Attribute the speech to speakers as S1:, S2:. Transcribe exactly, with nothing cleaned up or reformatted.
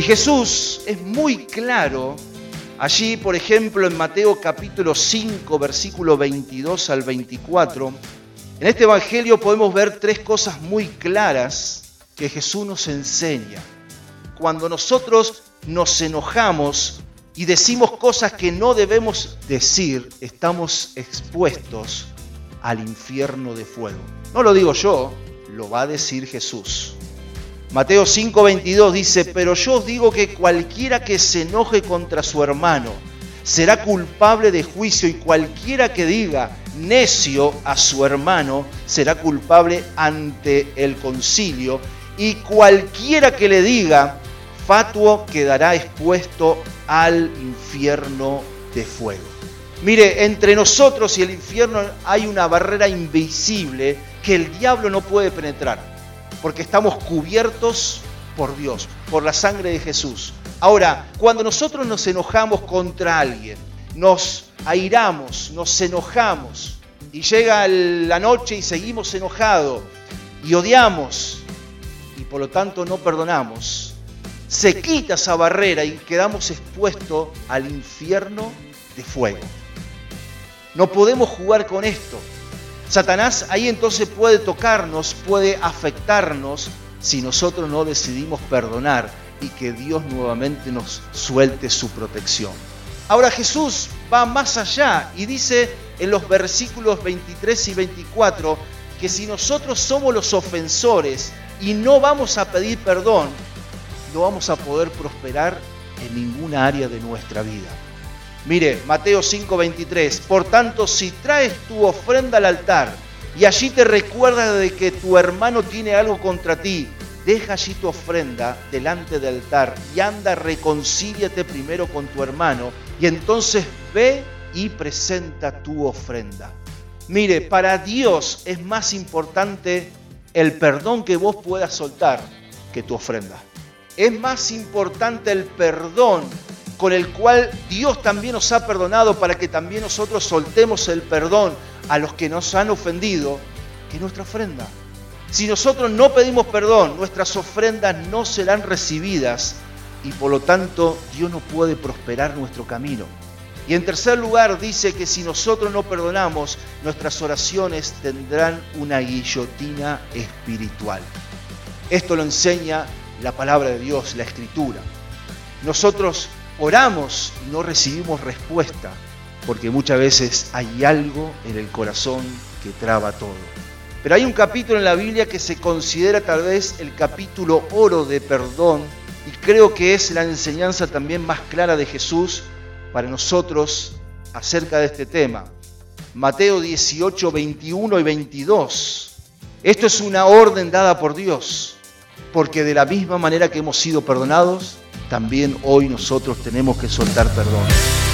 S1: Jesús es muy claro allí, por ejemplo, en Mateo capítulo cinco, versículo veintidós al veinticuatro. En este evangelio podemos ver tres cosas muy claras que Jesús nos enseña. Cuando nosotros nos enojamos y decimos cosas que no debemos decir, estamos expuestos al infierno de fuego. No lo digo yo, lo va a decir Jesús. Mateo cinco veintidós dice: pero yo os digo que cualquiera que se enoje contra su hermano será culpable de juicio, y cualquiera que diga necio a su hermano será culpable ante el concilio, y cualquiera que le diga fatuo quedará expuesto al infierno de fuego. Mire, entre nosotros y el infierno hay una barrera invisible que el diablo no puede penetrar, porque estamos cubiertos por Dios, por la sangre de Jesús. Ahora, cuando nosotros nos enojamos contra alguien, nos airamos, nos enojamos, y llega la noche y seguimos enojados, y odiamos, y por lo tanto no perdonamos, se quita esa barrera y quedamos expuestos al infierno de fuego. No podemos jugar con esto. Satanás ahí entonces puede tocarnos, puede afectarnos si nosotros no decidimos perdonar y que Dios nuevamente nos suelte su protección. Ahora Jesús va más allá y dice en los versículos veintitrés y veinticuatro que si nosotros somos los ofensores y no vamos a pedir perdón, no vamos a poder prosperar en ninguna área de nuestra vida. Mire, Mateo cinco veintitrés, por tanto, si traes tu ofrenda al altar y allí te recuerdas de que tu hermano tiene algo contra ti, deja allí tu ofrenda delante del altar y anda, reconcíliate primero con tu hermano y entonces ve y presenta tu ofrenda. Mire, para Dios es más importante el perdón que vos puedas soltar que tu ofrenda. Es más importante el perdón con el cual Dios también nos ha perdonado para que también nosotros soltemos el perdón a los que nos han ofendido, que nuestra ofrenda. Si nosotros no pedimos perdón, nuestras ofrendas no serán recibidas y por lo tanto Dios no puede prosperar nuestro camino. Y en tercer lugar dice que si nosotros no perdonamos, nuestras oraciones tendrán una guillotina espiritual. Esto lo enseña la palabra de Dios, la Escritura. Nosotros oramos y no recibimos respuesta, porque muchas veces hay algo en el corazón que traba todo. Pero hay un capítulo en la Biblia que se considera tal vez el capítulo oro de perdón, y creo que es la enseñanza también más clara de Jesús para nosotros acerca de este tema. Mateo dieciocho, veintiuno y veintidós. Esto es una orden dada por Dios, porque de la misma manera que hemos sido perdonados, también hoy nosotros tenemos que soltar perdón.